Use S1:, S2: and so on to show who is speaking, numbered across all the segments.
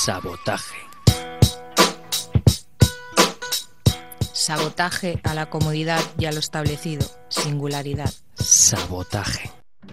S1: Sabotaje.
S2: Sabotaje a la comodidad y a lo establecido. Singularidad.
S1: Sabotaje.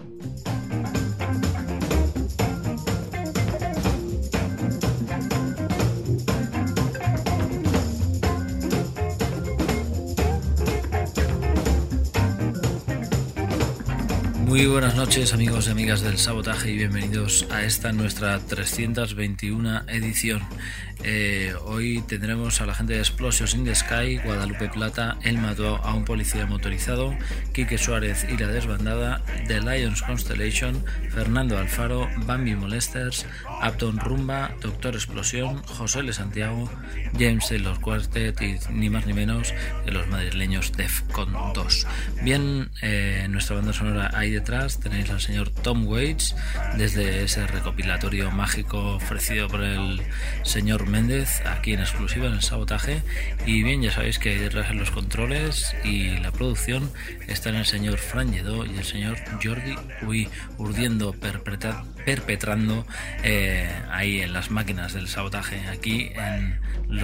S1: Muy buenas noches, amigos y amigas del Sabotaje, y bienvenidos a esta nuestra 321 edición. Hoy tendremos a la gente de Explosions in the Sky, Guadalupe Plata, Él mató a un policía motorizado, Quique Suárez y la desbandada, The Lions Constellation, Fernando Alfaro, Bambi Molesters, Upton Rumba, Doctor Explosión, José L. Santiago, James Taylor Quartet y ni más ni menos que los madrileños Defcon 2. Bien, nuestra banda sonora ahí detrás tenéis al señor Tom Waits desde ese recopilatorio mágico ofrecido por el señor Méndez aquí en exclusiva en el Sabotaje. Y bien, ya sabéis que ahí detrás en los controles y la producción están el señor Fran Lledó y el señor Jordi urdiendo, perpetrando ahí en las máquinas del Sabotaje, aquí en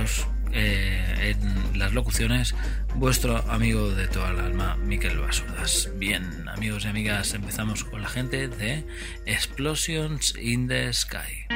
S1: las locuciones, vuestro amigo de toda el alma, Miquel Basurdas. Bien, amigos y amigas, empezamos con la gente de Explosions in the Sky.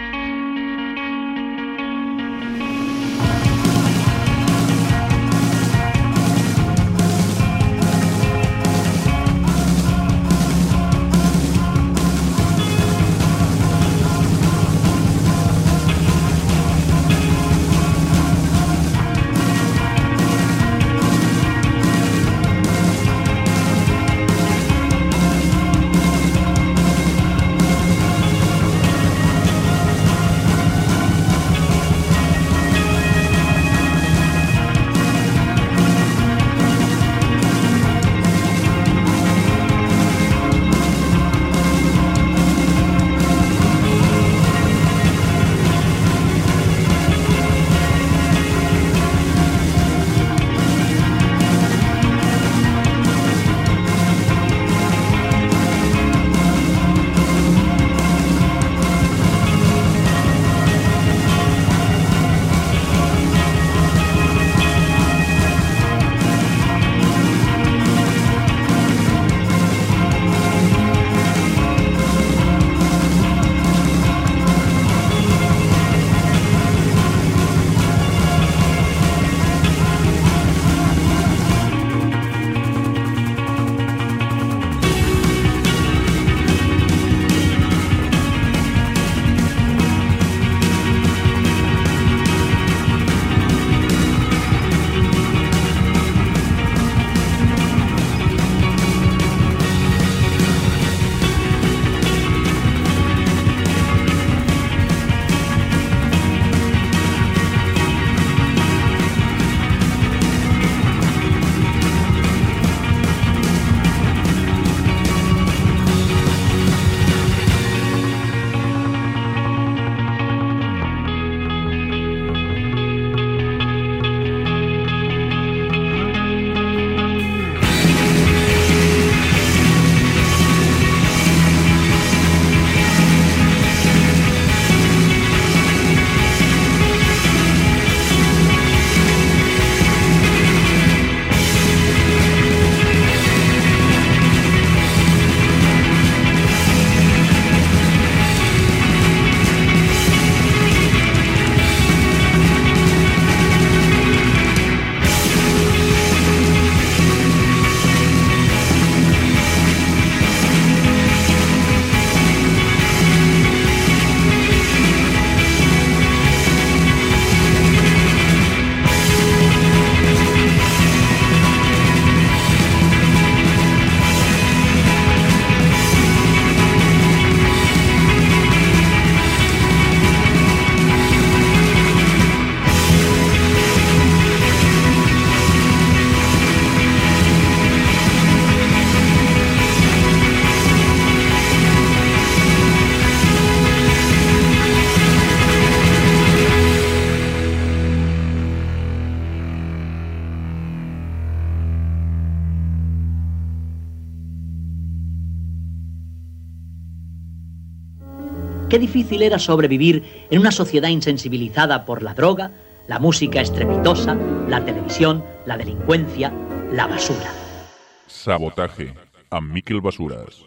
S3: qué difícil era sobrevivir en una sociedad insensibilizada por la droga, la música estrepitosa, la televisión, la delincuencia, la basura.
S4: Sabotaje, amb Miquel Basuras.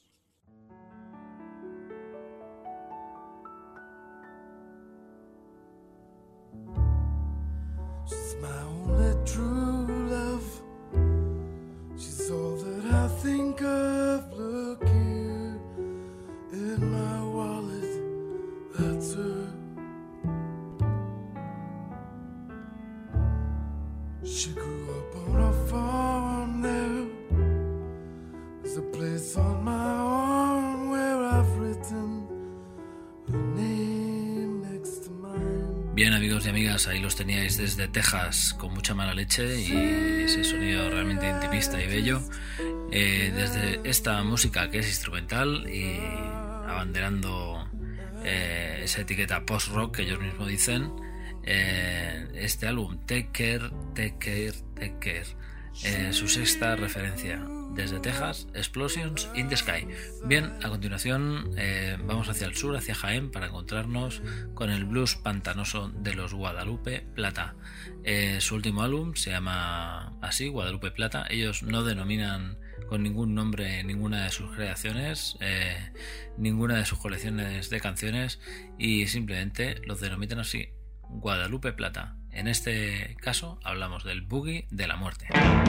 S5: She grew up on a farm there. There's a place on my arm where I've written her name next to mine.
S1: Bien, amigos y amigas, ahí los teníais desde Texas con mucha mala leche y ese sonido realmente intimista y bello. Desde esta música que es instrumental y abanderando esa etiqueta post-rock que ellos mismos dicen, este álbum Take Care, Take Care, Take Care, su sexta referencia desde Texas, Explosions in the Sky. Bien, a continuación vamos hacia el sur, hacia Jaén, para encontrarnos con el blues pantanoso de los Guadalupe Plata. Su último álbum se llama así, Guadalupe Plata. Ellos no denominan con ningún nombre ninguna de sus creaciones, ninguna de sus colecciones de canciones, y simplemente los denominan así, Guadalupe Plata. En este caso hablamos del Boogie de la Muerte.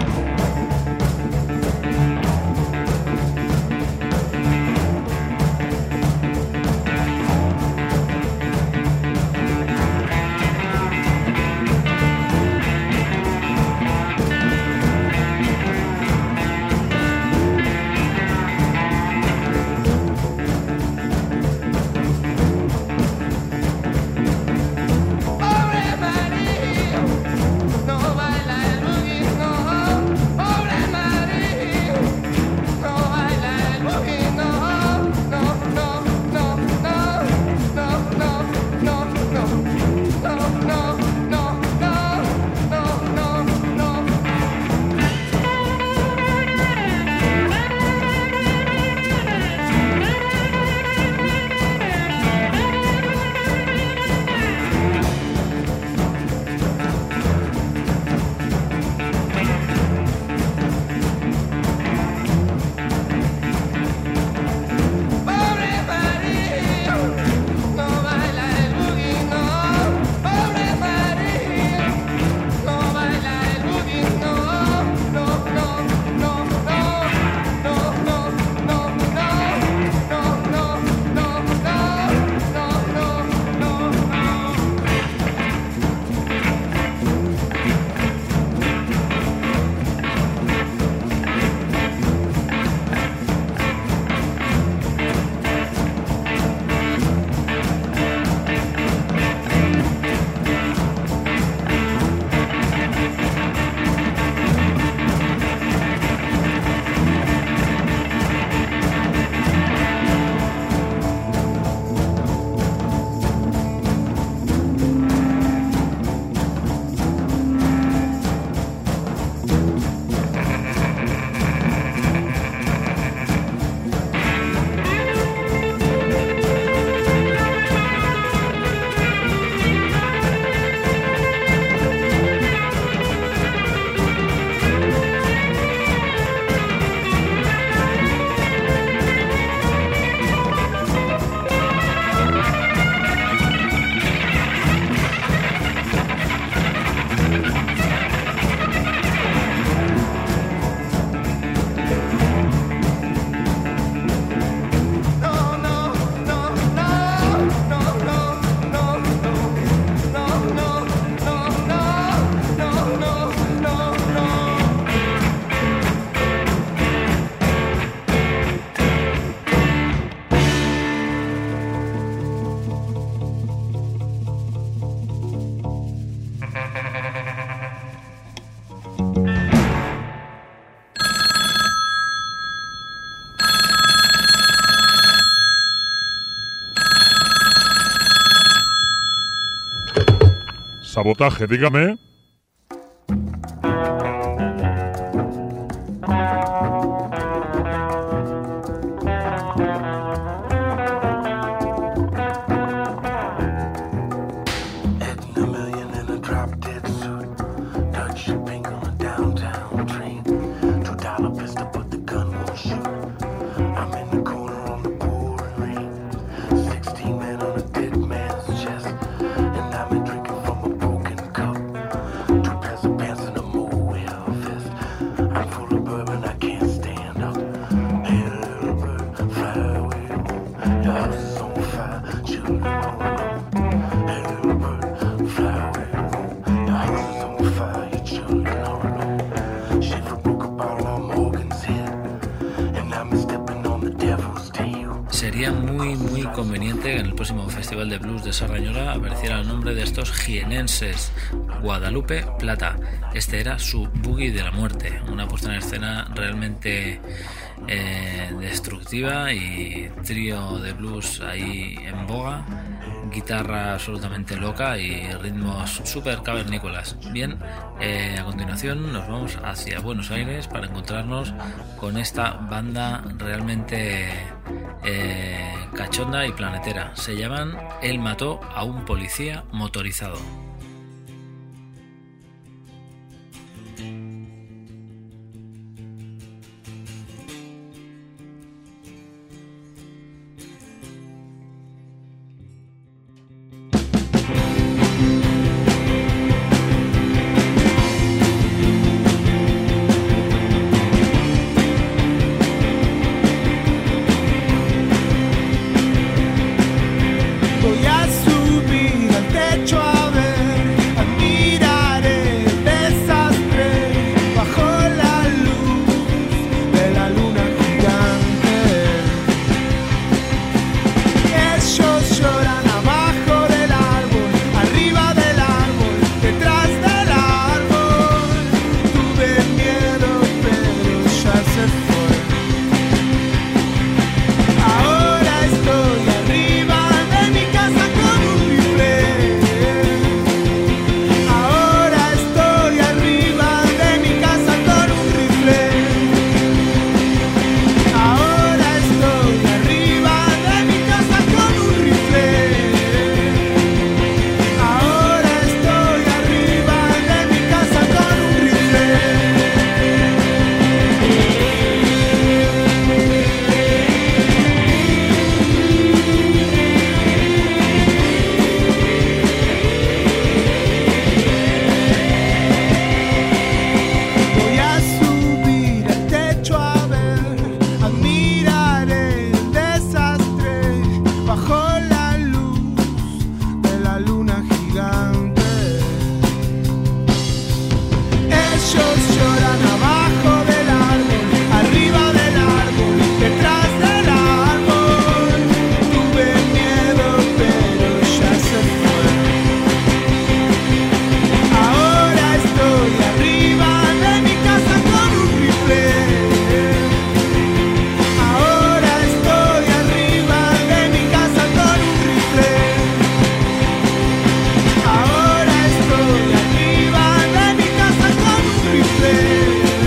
S4: Sabotaje, dígame.
S1: sorprendente que en el próximo Festival de Blues de Sardañola apareciera el nombre de estos jienenses, Guadalupe Plata. Este era su Boogie de la Muerte, una puesta en escena realmente destructiva y trío de blues ahí en boga, guitarra absolutamente loca y ritmos súper cavernícolas. Bien, a continuación nos vamos hacia Buenos Aires para encontrarnos con esta banda realmente cachonda y planetera. Se llaman Él mató a un policía motorizado.
S5: Voy a subir al techo a ver, admiraré el desastre bajo la luz de la luna gigante. Ellos lloran abajo del árbol, arriba del árbol, detrás del árbol. Tuve miedo, pero ya se fue. Ahora estoy arriba de mi casa con un rifle. Ahora estoy arriba de mi casa con un rifle. Ahora estoy arriba de mi casa con un rifle. Ahora estoy arriba de mi casa con un rifle. Voy a subir al techo a ver, admiraré el desastre bajo la luz de la luna gigante. Ellos lloran abajo del árbol, arriba del árbol, detrás del árbol. Tuve miedo, pero ya se fue. Ahora estoy arriba de mi casa con un rifle. Ahora estoy arriba de mi casa con un rifle. Ahora estoy arriba de mi casa con un rifle.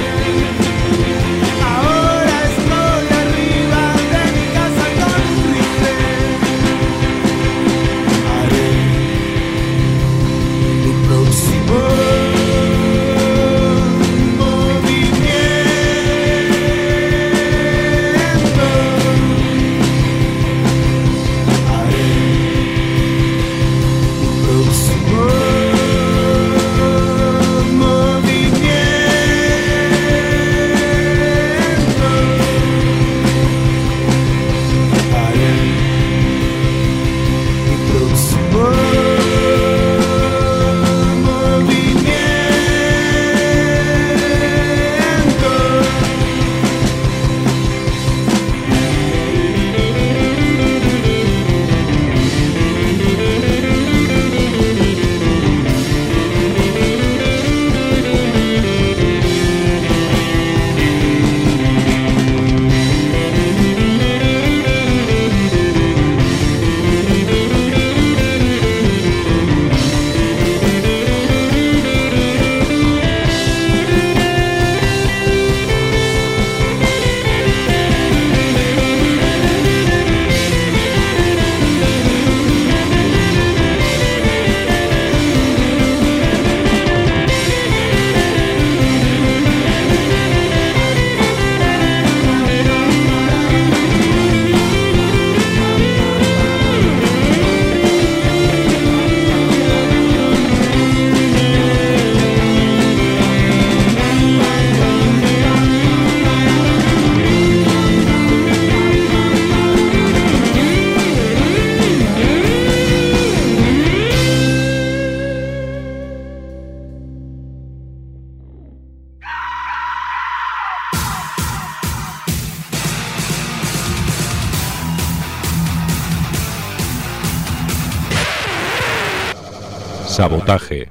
S4: Sabotaje.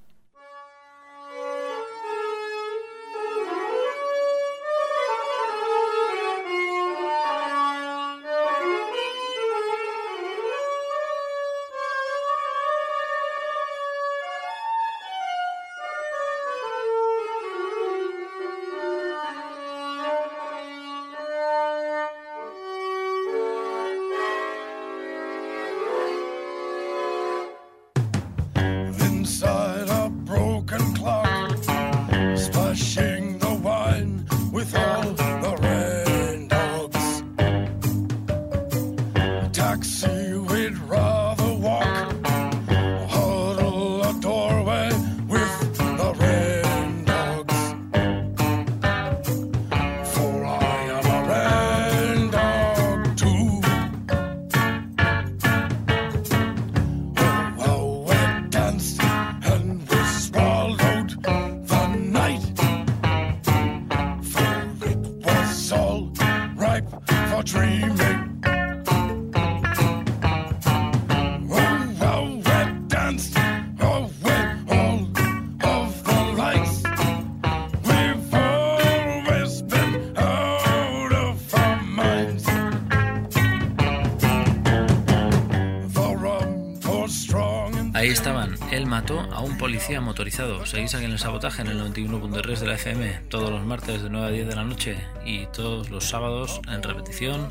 S1: Ahí estaban, él mató a un policía motorizado. Seguís aquí en el Sabotaje, en el 91.3 de la FM, todos los martes de 9 a 10 de la noche y todos los sábados en repetición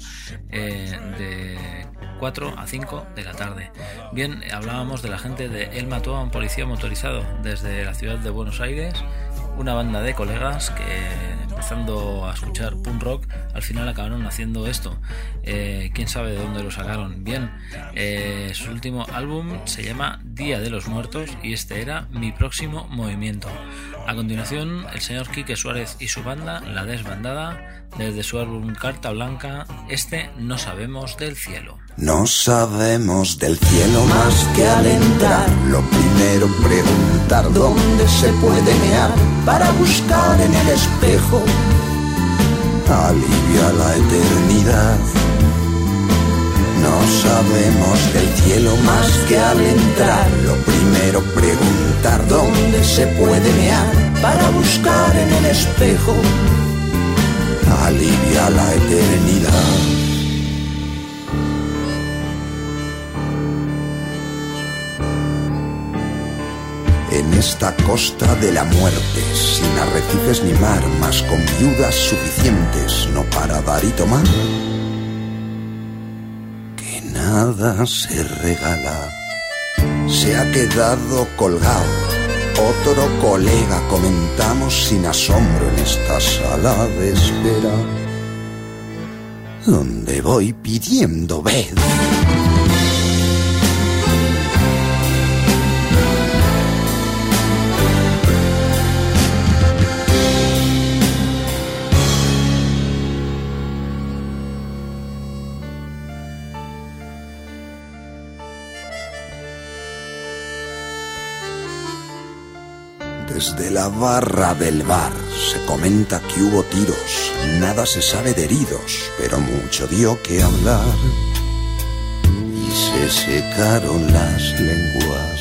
S1: de 4 a 5 de la tarde. Bien, hablábamos de la gente de Él mató a un policía motorizado desde la ciudad de Buenos Aires, una banda de colegas que, empezando a escuchar punk rock, al final acabaron haciendo esto. Quién sabe de dónde lo sacaron. Bien, su último álbum se llama Día de los Muertos y este era Mi Próximo Movimiento. A continuación, el señor Quique Suárez y su banda, La Desbandada, desde su álbum Carta Blanca, No sabemos del cielo.
S6: No sabemos del cielo más que al entrar. Lo primero preguntar dónde se puede mear para buscar en el espejo alivio a la eternidad. No sabemos del cielo más que al entrar. Lo primero preguntar dónde se puede mear para buscar en el espejo alivio a la eternidad. En esta costa de la muerte, sin arrecifes ni mar, mas con viudas suficientes, no para dar y tomar, que nada se regala, se ha quedado colgado. Otro colega comentamos sin asombro en esta sala de espera, donde voy pidiendo ved. Desde la barra del bar se comenta que hubo tiros, nada se sabe de heridos, pero mucho dio que hablar. Y se secaron las lenguas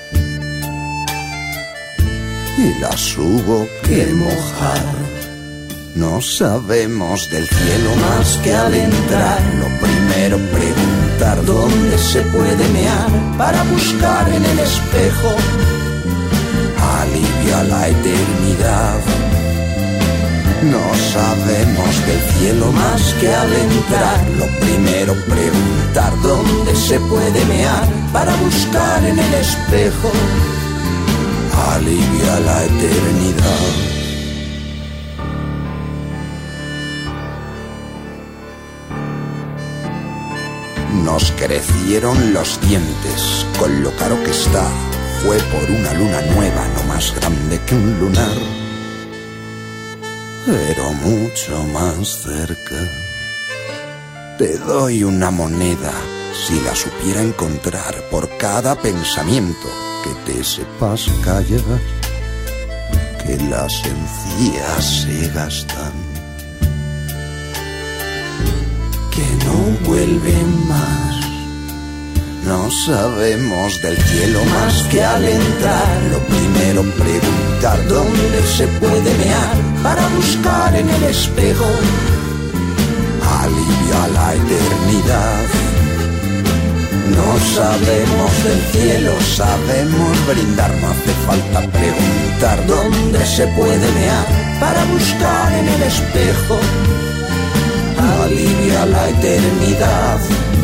S6: y las hubo que mojar. No sabemos del cielo más que al entrar. Lo primero preguntar dónde se puede mear para buscar en el espejo alivio a la eternidad. No sabemos del cielo más que al entrar. Lo primero preguntar dónde se puede mear para buscar en el espejo alivio a la eternidad. Nos crecieron los dientes con lo caro que está. Fue por una luna nueva, no más grande que un lunar, pero mucho más cerca. Te doy una moneda si la supiera encontrar por cada pensamiento que te sepas callar, que las encías se gastan, que no vuelven más. No sabemos del cielo más que al entrar. Lo primero preguntar dónde se puede mear para buscar en el espejo alivio a la eternidad. No sabemos del cielo, sabemos brindar. No hace falta preguntar dónde se puede mear para buscar en el espejo alivio a la eternidad.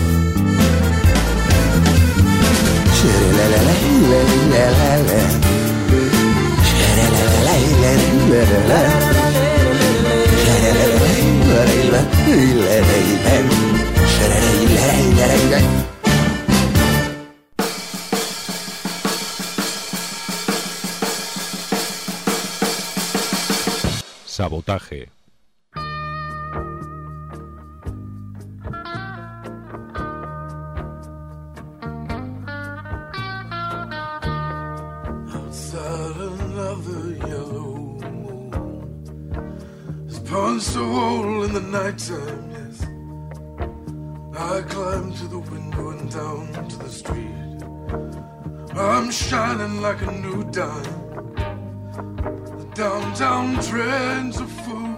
S4: Sabotaje.
S5: Punched a hole in the nighttime, yes. I climbed to the window and down to the street. I'm shining like a new dime. The downtown trains are full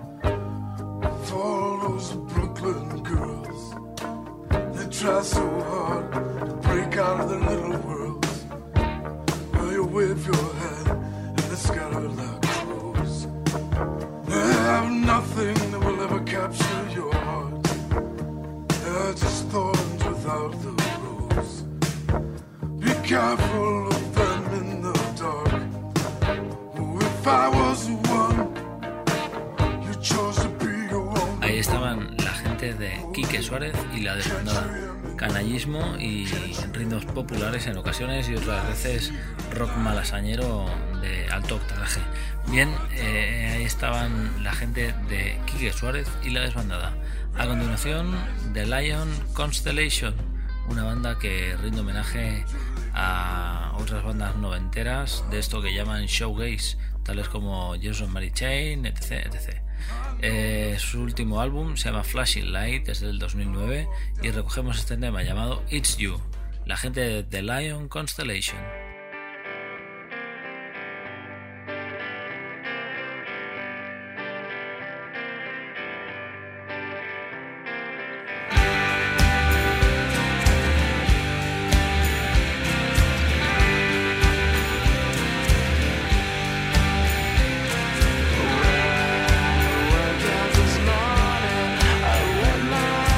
S5: for those Brooklyn girls. They try so hard to break out of their little worlds. Well, you wave your hand and they scatter like crows. They have nothing that will ever capture your heart. They're just thorns without the rose. Be careful of them in the dark. If I was the one, you chose to be your own.
S1: Ahí estaban la gente de Quique Suárez y la desbandada. Canallismo y ritmos populares en ocasiones y otras veces rock malasañero de alto octanaje. Bien, ahí estaban la gente de Quique Suárez y la desbandada. A continuación, The Lion Constellation, una banda que rinde homenaje a otras bandas noventeras de esto que llaman showgaze, tales como Jason Mary Chain, etc. Su último álbum se llama Flashing Light, desde el 2009, y recogemos este tema llamado It's You, la gente de The Lion Constellation.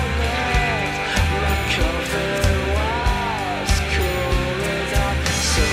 S7: So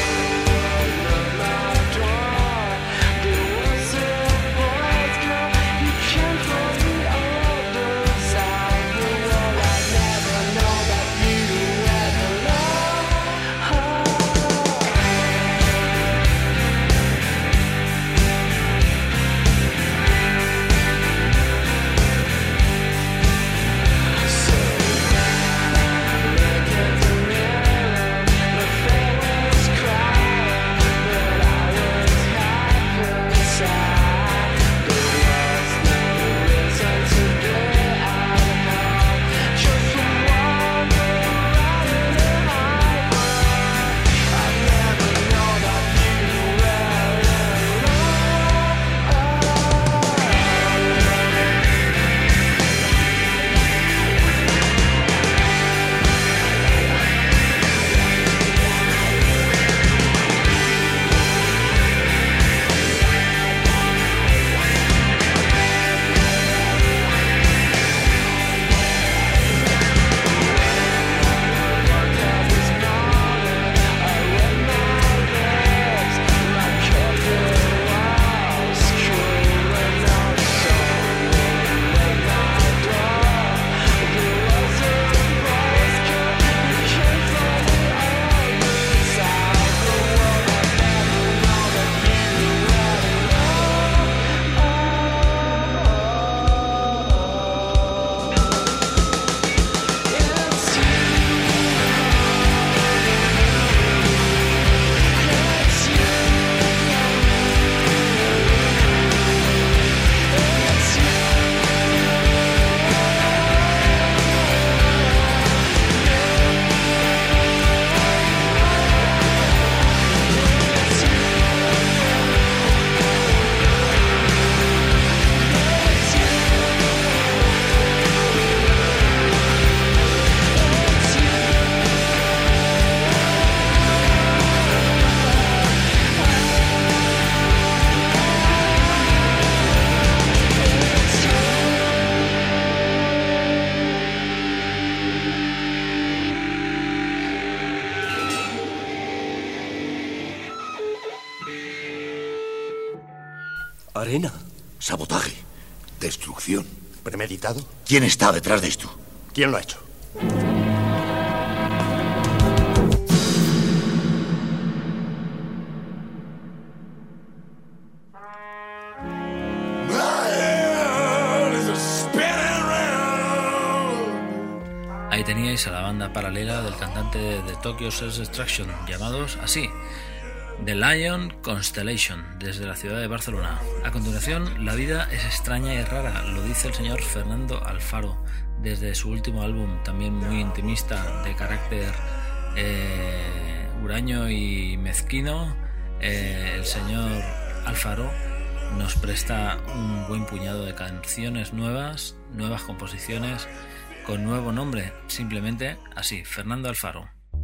S7: Arena.
S8: Sabotaje. Destrucción.
S7: ¿Premeditado?
S8: ¿Quién está detrás de esto?
S7: ¿Quién lo ha hecho?
S1: Ahí teníais a la banda paralela del cantante de Tokyo Self Destruction, llamados así, The Lion Constellation, desde la ciudad de Barcelona. A continuación, la vida es extraña y rara, lo dice el señor Fernando Alfaro, desde su último álbum, también muy intimista, de carácter huraño y mezquino. El señor Alfaro nos presta un buen puñado de canciones nuevas composiciones, con nuevo nombre, simplemente así, Fernando Alfaro.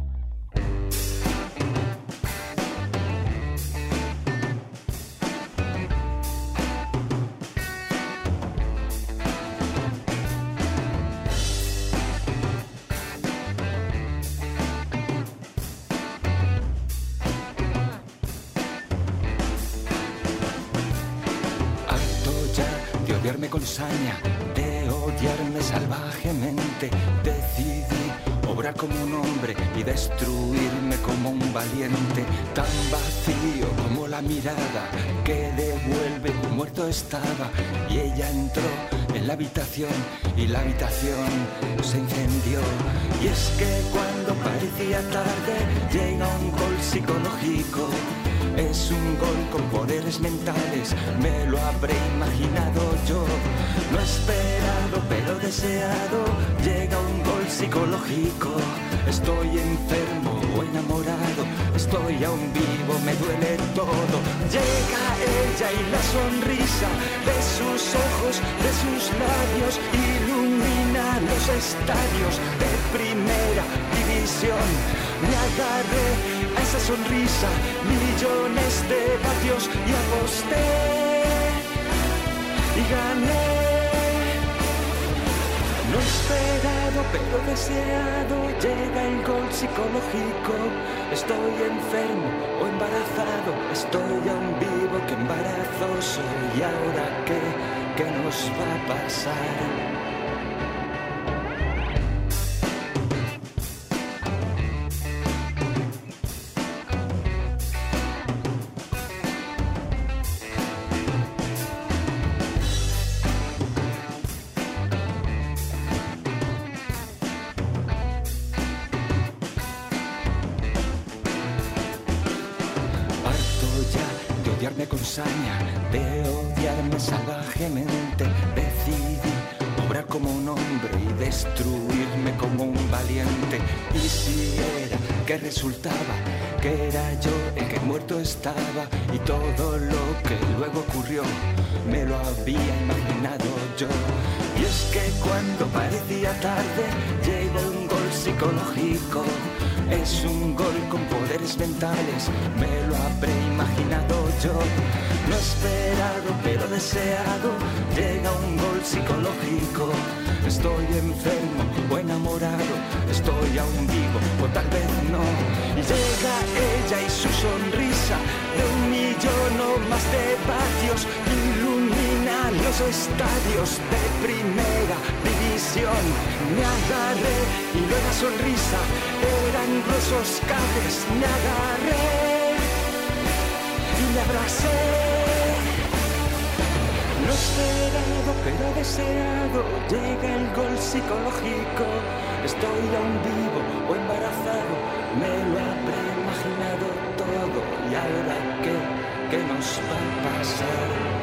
S9: Con saña, de odiarme salvajemente, decidí obrar como un hombre y destruirme como un valiente, tan vacío como la mirada que devuelve un muerto estaba. Y ella entró en la habitación y la habitación se incendió. Y es que cuando parecía tarde llega un gol psicológico. Es un gol con poderes mentales, me lo habré imaginado yo. No esperado, pero deseado, llega un gol psicológico. Estoy enfermo o enamorado, estoy aún vivo, me duele todo. Llega ella y la sonrisa de sus ojos, de sus labios, ilumina los estadios de primera división. Me agarré a esa sonrisa, millones de vatios y aposté y gané. No esperado pero deseado, llega el gol psicológico. Estoy enfermo o embarazado, estoy aún vivo, qué embarazoso. Y ahora qué nos va a pasar. Con saña, de odiarme salvajemente, decidí obrar como un hombre y destruirme como un valiente. Y si era que resultaba que era yo el que muerto estaba, y todo lo que luego ocurrió me lo había imaginado yo. Y es que cuando parecía tarde llegó un gol psicológico. Es un gol con poderes mentales, me lo habré imaginado yo. No esperado pero deseado, llega un gol psicológico. Estoy enfermo o enamorado, estoy aún vivo o tal vez no. Y llega ella y su sonrisa de 1 millón o más de vatios ilumina los estadios de primera división. Me agarré y de la sonrisa eran gruesos cables. Me agarré y me abracé. No esperado pero deseado, llega el gol psicológico. Estoy aún vivo o embarazado, me lo habré imaginado todo. Y ahora qué nos va a pasar.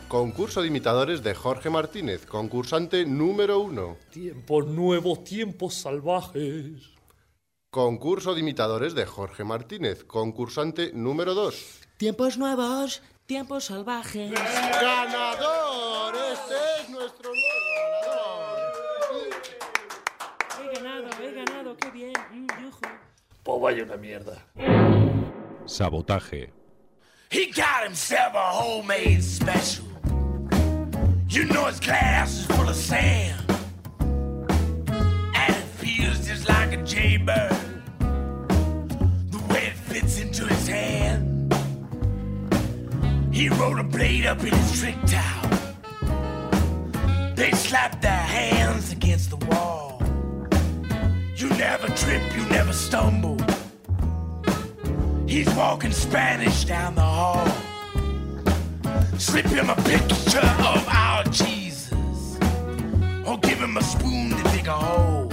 S10: Concurso de imitadores de Jorge Martínez, concursante número 1.
S11: Tiempos nuevos, tiempos salvajes.
S10: Concurso de imitadores de Jorge Martínez, concursante número 2.
S12: Tiempos nuevos, tiempos salvajes.
S10: ¡Ganador! Este es nuestro nuevo
S12: ganador. He ganado, qué bien.
S11: Pues vaya una mierda.
S4: Sabotaje.
S13: He got himself a homemade special. You know his glass is full of sand, and it feels just like a jaybird, the way it fits into his hand. He rolled a blade up in his trick towel. They slapped their hands against the wall. You never trip, you never stumble. He's walking Spanish down the hall. Slip him a picture of our Jesus, or give him a spoon to dig a hole.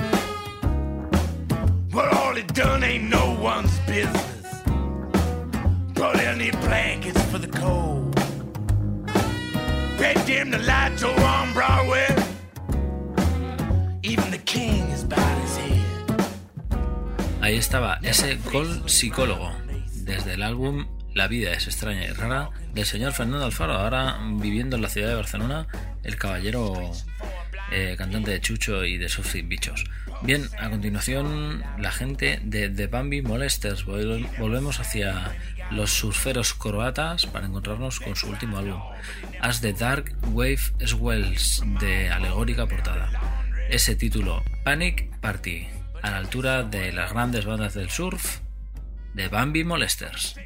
S13: But all he done ain't no one's business. Probably need blankets for the cold. Bet dim the lights are on Broadway. Even the king is bowed his head.
S1: Ahí estaba ese gol psicólogo desde el álbum La vida es extraña y rara del señor Fernando Alfaro, ahora viviendo en la ciudad de Barcelona, el caballero cantante de Chucho y de sus bichos. Bien, a continuación la gente de The Bambi Molesters. Volvemos hacia los surferos croatas para encontrarnos con su último álbum, As the Dark Wave Swells, de alegórica portada. Ese título, Panic Party, a la altura de las grandes bandas del surf, The Bambi Molesters.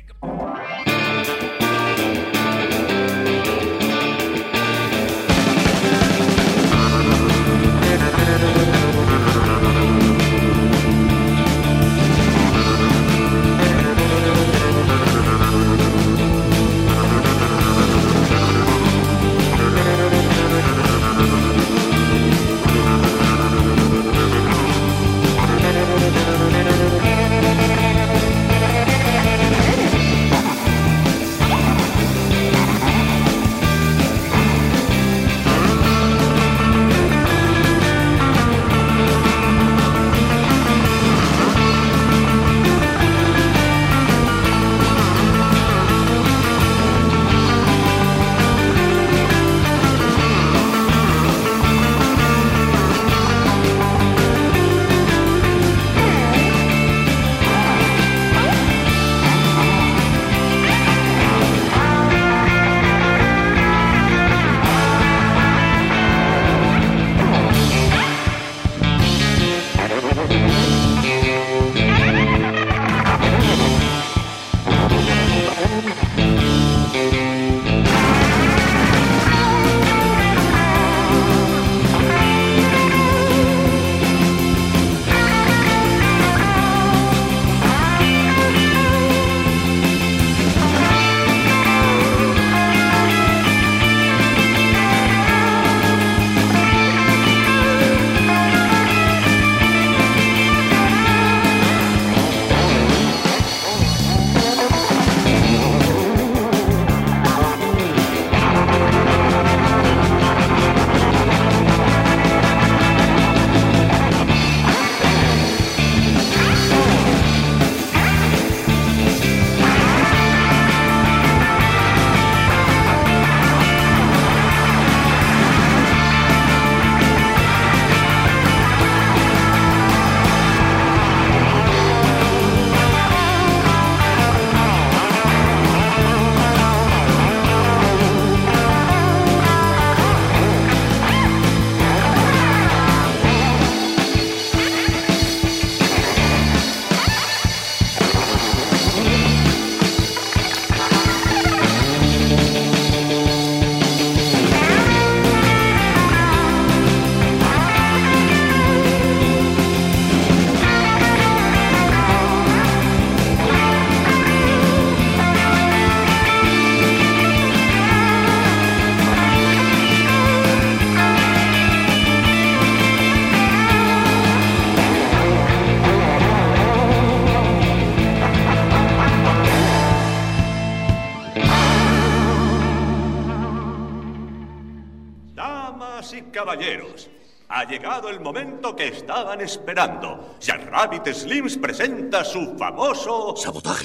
S14: Damas y caballeros, ha llegado el momento que estaban esperando. Jack Rabbit Slims presenta su famoso...
S8: Sabotaje.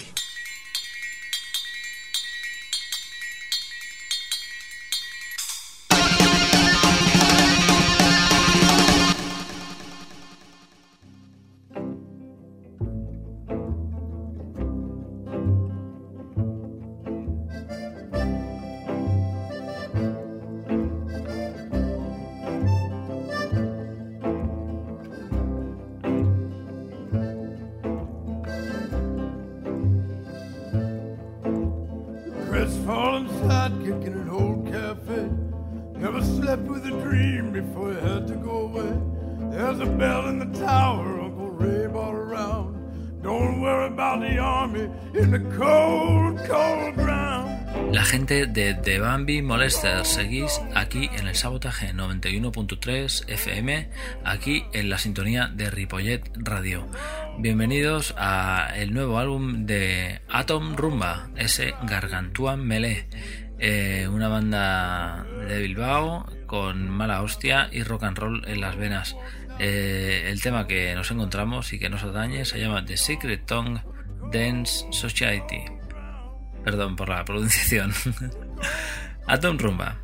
S5: Crestfallen sidekick in an old cafe. Never slept with a dream before he had to go away. There's a bell in the tower Uncle Ray brought around. Don't worry about the army in the cold, cold ground.
S1: La gente de The Bambi Molesters, seguís aquí en el Sabotaje 91.3 FM, aquí en la sintonía de Ripollet Radio. Bienvenidos a el nuevo álbum de Atom Rumba, ese Gargantuan Melee, una banda de Bilbao con mala hostia y rock and roll en las venas. El tema que nos encontramos y que nos atañe se llama The Secret Tongue Dance Society. Perdón por la pronunciación. Atom Rumba.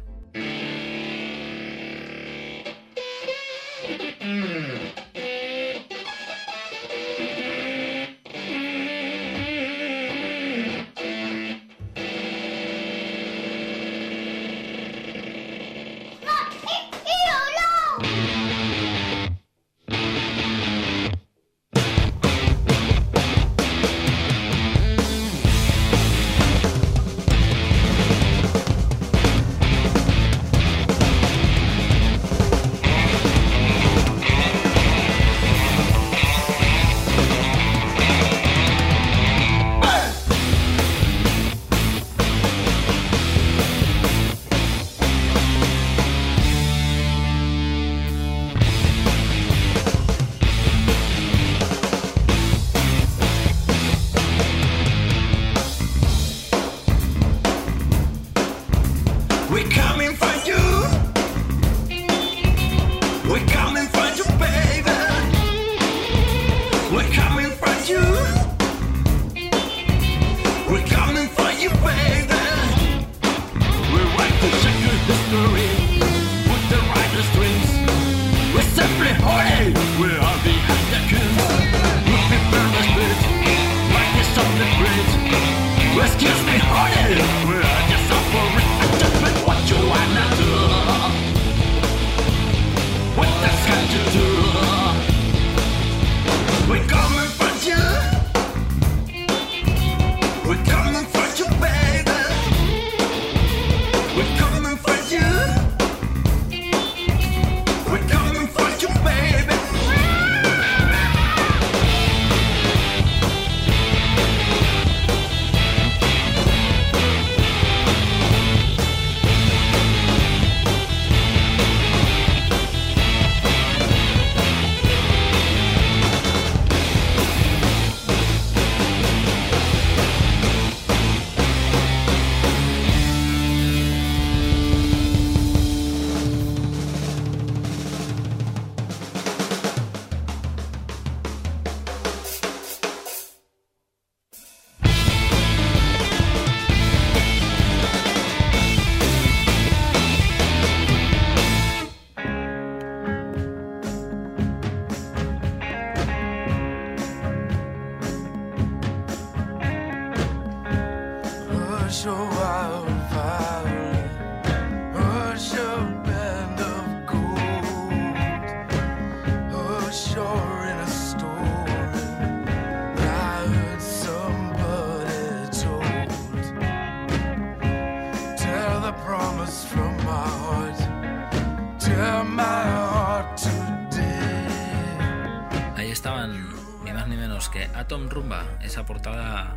S1: Atom Rumba, esa portada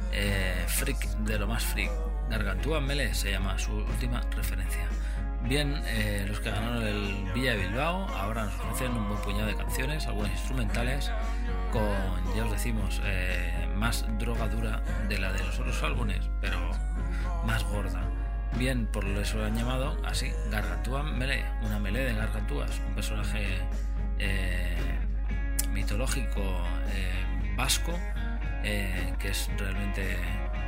S1: freak de lo más freak. Gargantuan Melee se llama su última referencia. Bien, los que ganaron el Villa de Bilbao ahora nos ofrecen un buen puñado de canciones, algunas instrumentales, con, ya os decimos, más droga dura de la de los otros álbumes, pero más gorda. Bien, por eso lo han llamado así, Gargantúa Melee, una melee de gargantúas, un personaje mitológico vasco que es realmente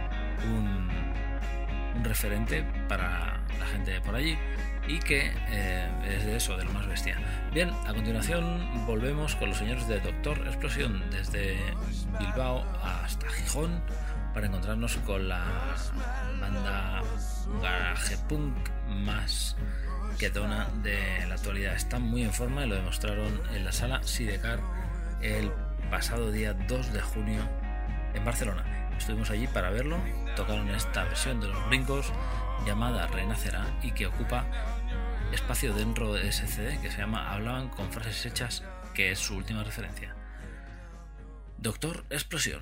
S1: un referente para la gente de por allí y que es de eso, de lo más bestia. Bien, a continuación volvemos con los señores de Doctor Explosión desde Bilbao hasta Gijón para encontrarnos con la banda garaje punk más quedona de la actualidad. Están muy en forma y lo demostraron en la sala Sidecar el pasado día 2 de junio en Barcelona. Estuvimos allí para verlo. Tocaron esta versión de Los Brincos llamada Renacerá y que ocupa espacio dentro de ese CD que se llama Hablaban con frases hechas, que es su última referencia. Doctor Explosión.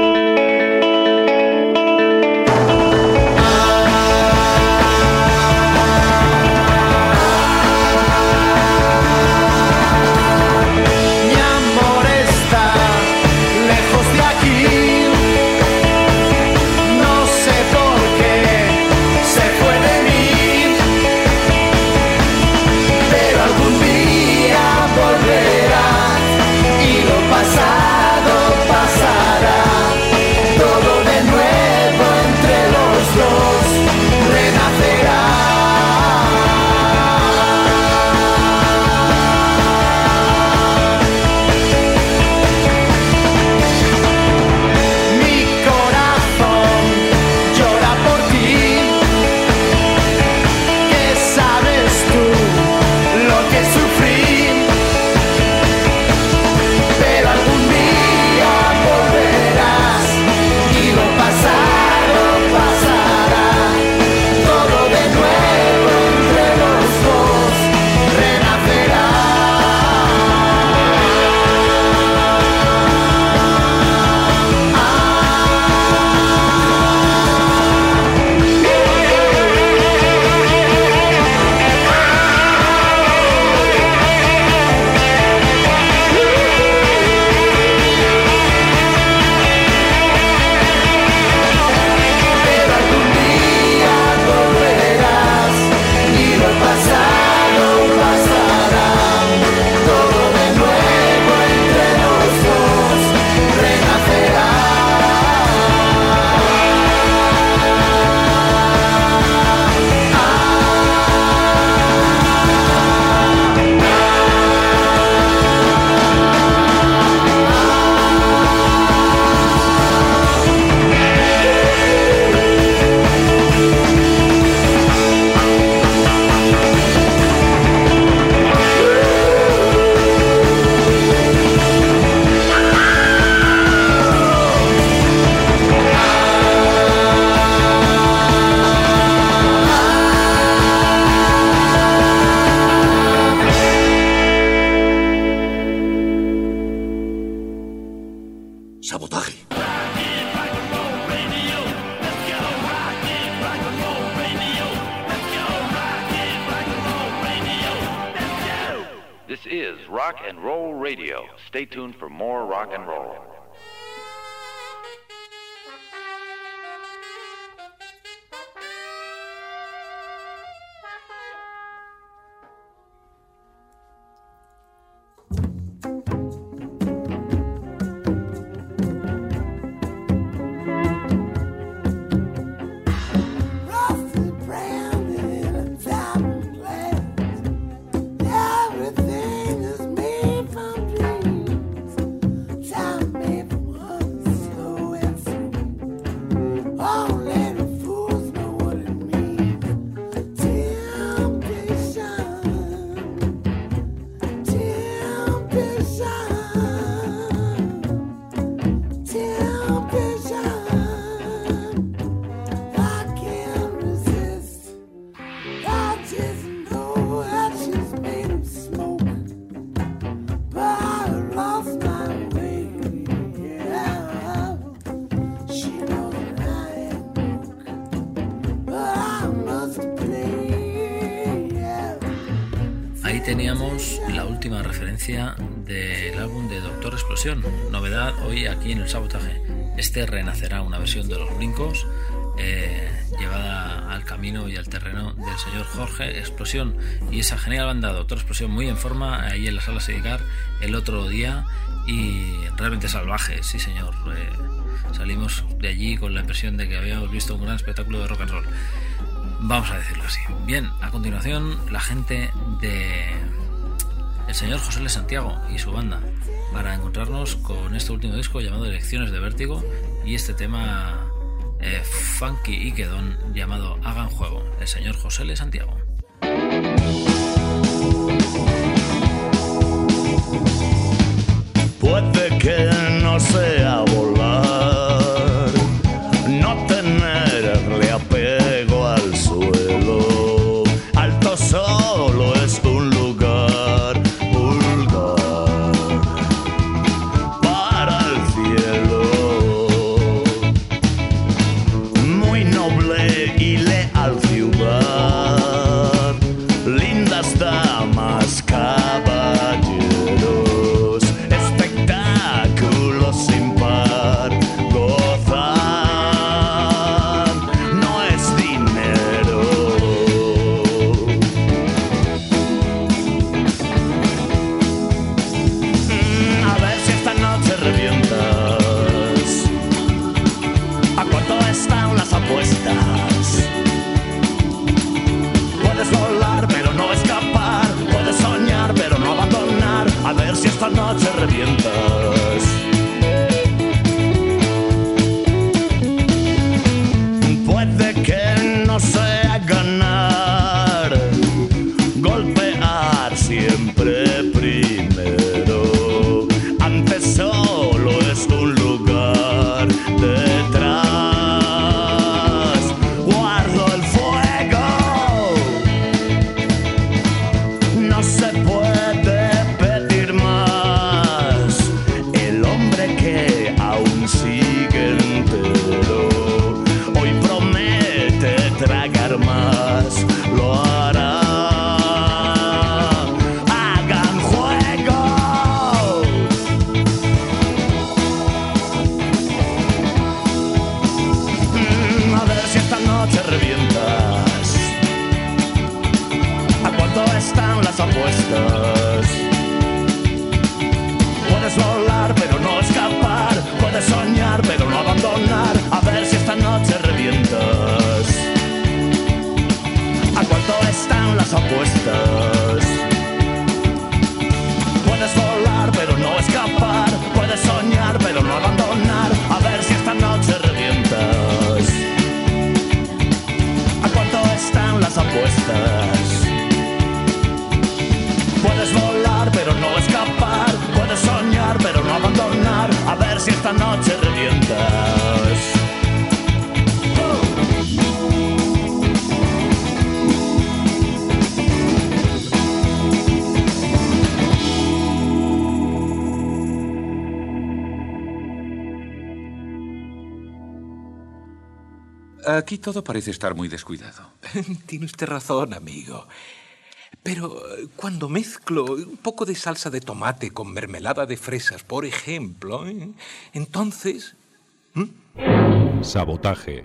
S15: Rock and Roll Radio. Stay tuned for more rock and roll.
S1: Teníamos la última referencia del álbum de Doctor Explosión, novedad hoy aquí en el Sabotaje. Este Renacerá, una versión de Los Brincos llevada al camino y al terreno del señor Jorge Explosión y esa genial banda Doctor Explosión, muy en forma ahí en la sala Sidecar el otro día y realmente salvaje, sí señor. Salimos de allí con la impresión de que habíamos visto un gran espectáculo de rock and roll, vamos a decirlo así. Bien, a continuación la gente de el señor José L. Santiago y su banda para encontrarnos con este último disco llamado Elecciones de Vértigo y este tema funky y quedón llamado Hagan Juego, el señor José L. Santiago.
S16: Puede que no sea volar, no tenerle apego al suelo, alto solo es un lugar vulgar para el cielo, muy noble y leal ciudad, lindas damas, caballeros, espectáculos sin par, gozar no es dinero. A ver si esta noche revientas. ¿A cuánto están las apuestas? Puedes volar pero no escapar, puedes soñar pero no abandonar. A ver si esta noche revientas. Puede que no sea ganar, golpear siempre primero, antes solo es un lugar detrás. Guardo el fuego, no se puede pedir más. El hombre que aún sigue entero hoy promete tragar más, lo hará. Hagan juego. A ver si esta noche revientas. ¿A cuánto están las apuestas? Puedes volar pero no escapar, puedes soñar pero no abandonar. A ver si esta noche revientas. ¿A cuánto están las apuestas? Puedes volar pero no escapar, puedes soñar pero no abandonar. A ver si esta noche revientas. ¿A cuánto están las apuestas? Puedes volar pero no escapar, puedes soñar pero no abandonar. A ver si esta noche revientas.
S17: Aquí todo parece estar muy descuidado.
S18: Tiene usted razón, amigo. Pero cuando mezclo un poco de salsa de tomate con mermelada de fresas, por ejemplo, entonces...
S4: Sabotaje.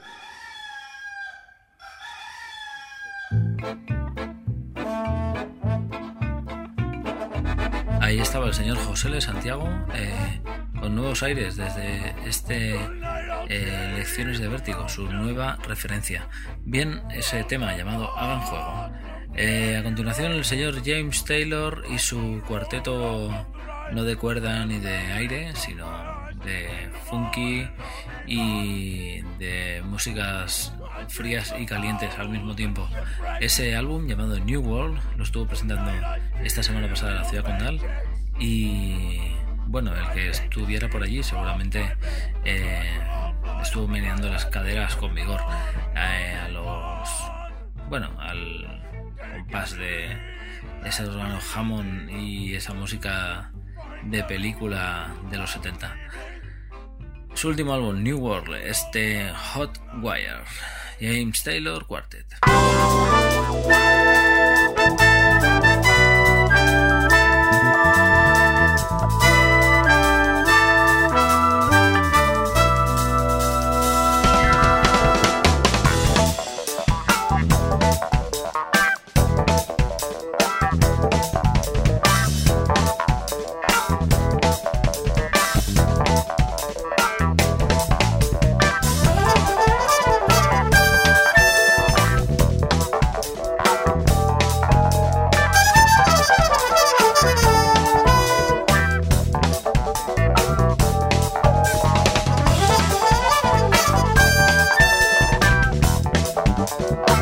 S1: Ahí estaba el señor José L. Santiago con nuevos aires desde Lecciones de Vértigo, su nueva referencia. Bien, ese tema llamado Hagan Juego. A continuación el señor James Taylor y su cuarteto no de cuerda ni de aire, sino de funky y de músicas frías y calientes al mismo tiempo. Ese álbum llamado New World lo estuvo presentando esta semana pasada en la ciudad condal y bueno, el que estuviera por allí seguramente estuvo meneando las caderas con vigor al compás de ese órgano Hammond y esa música de película de los 70. Su último álbum, New World, Hot Wire, James Taylor Quartet.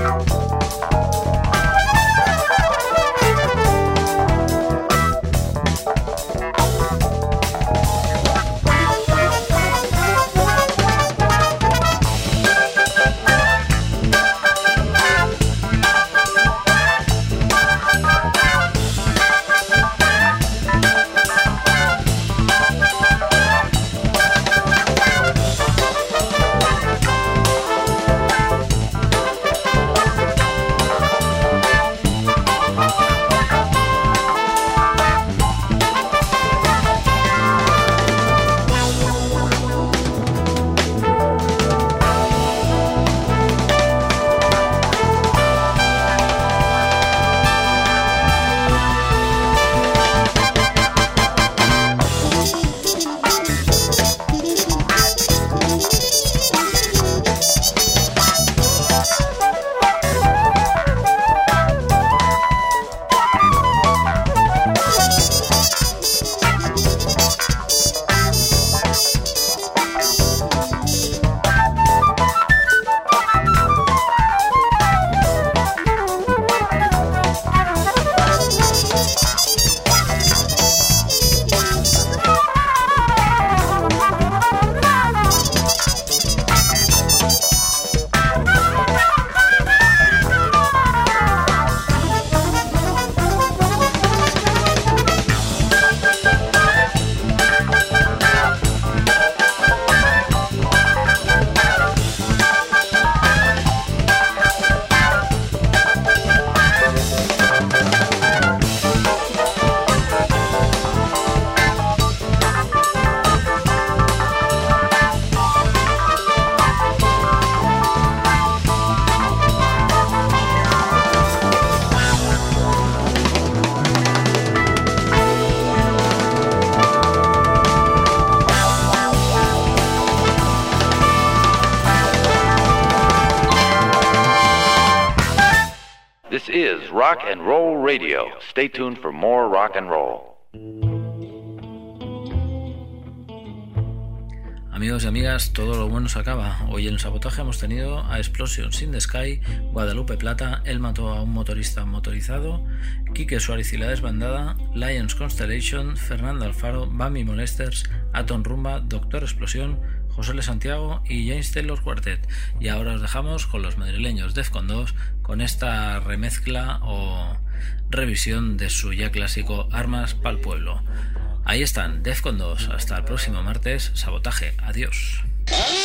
S15: This is Rock and Roll Radio. Stay tuned for more rock and roll.
S1: Amigos y amigas, todo lo bueno se acaba. Hoy en el sabotaje hemos tenido a Explosions in the Sky, Guadalupe Plata, Él mató a un motorista motorizado, Quique Suárez y la desbandada, Lions Constellation, Fernando Alfaro, Bambi Molesters, Atom Rumba, Doctor Explosión, José L. Santiago y James Taylor Quartet. Y ahora os dejamos con los madrileños Defcon 2 con esta remezcla o revisión de su ya clásico Armas pa'l Pueblo. Ahí están, Defcon 2. Hasta el próximo martes. Sabotaje. Adiós.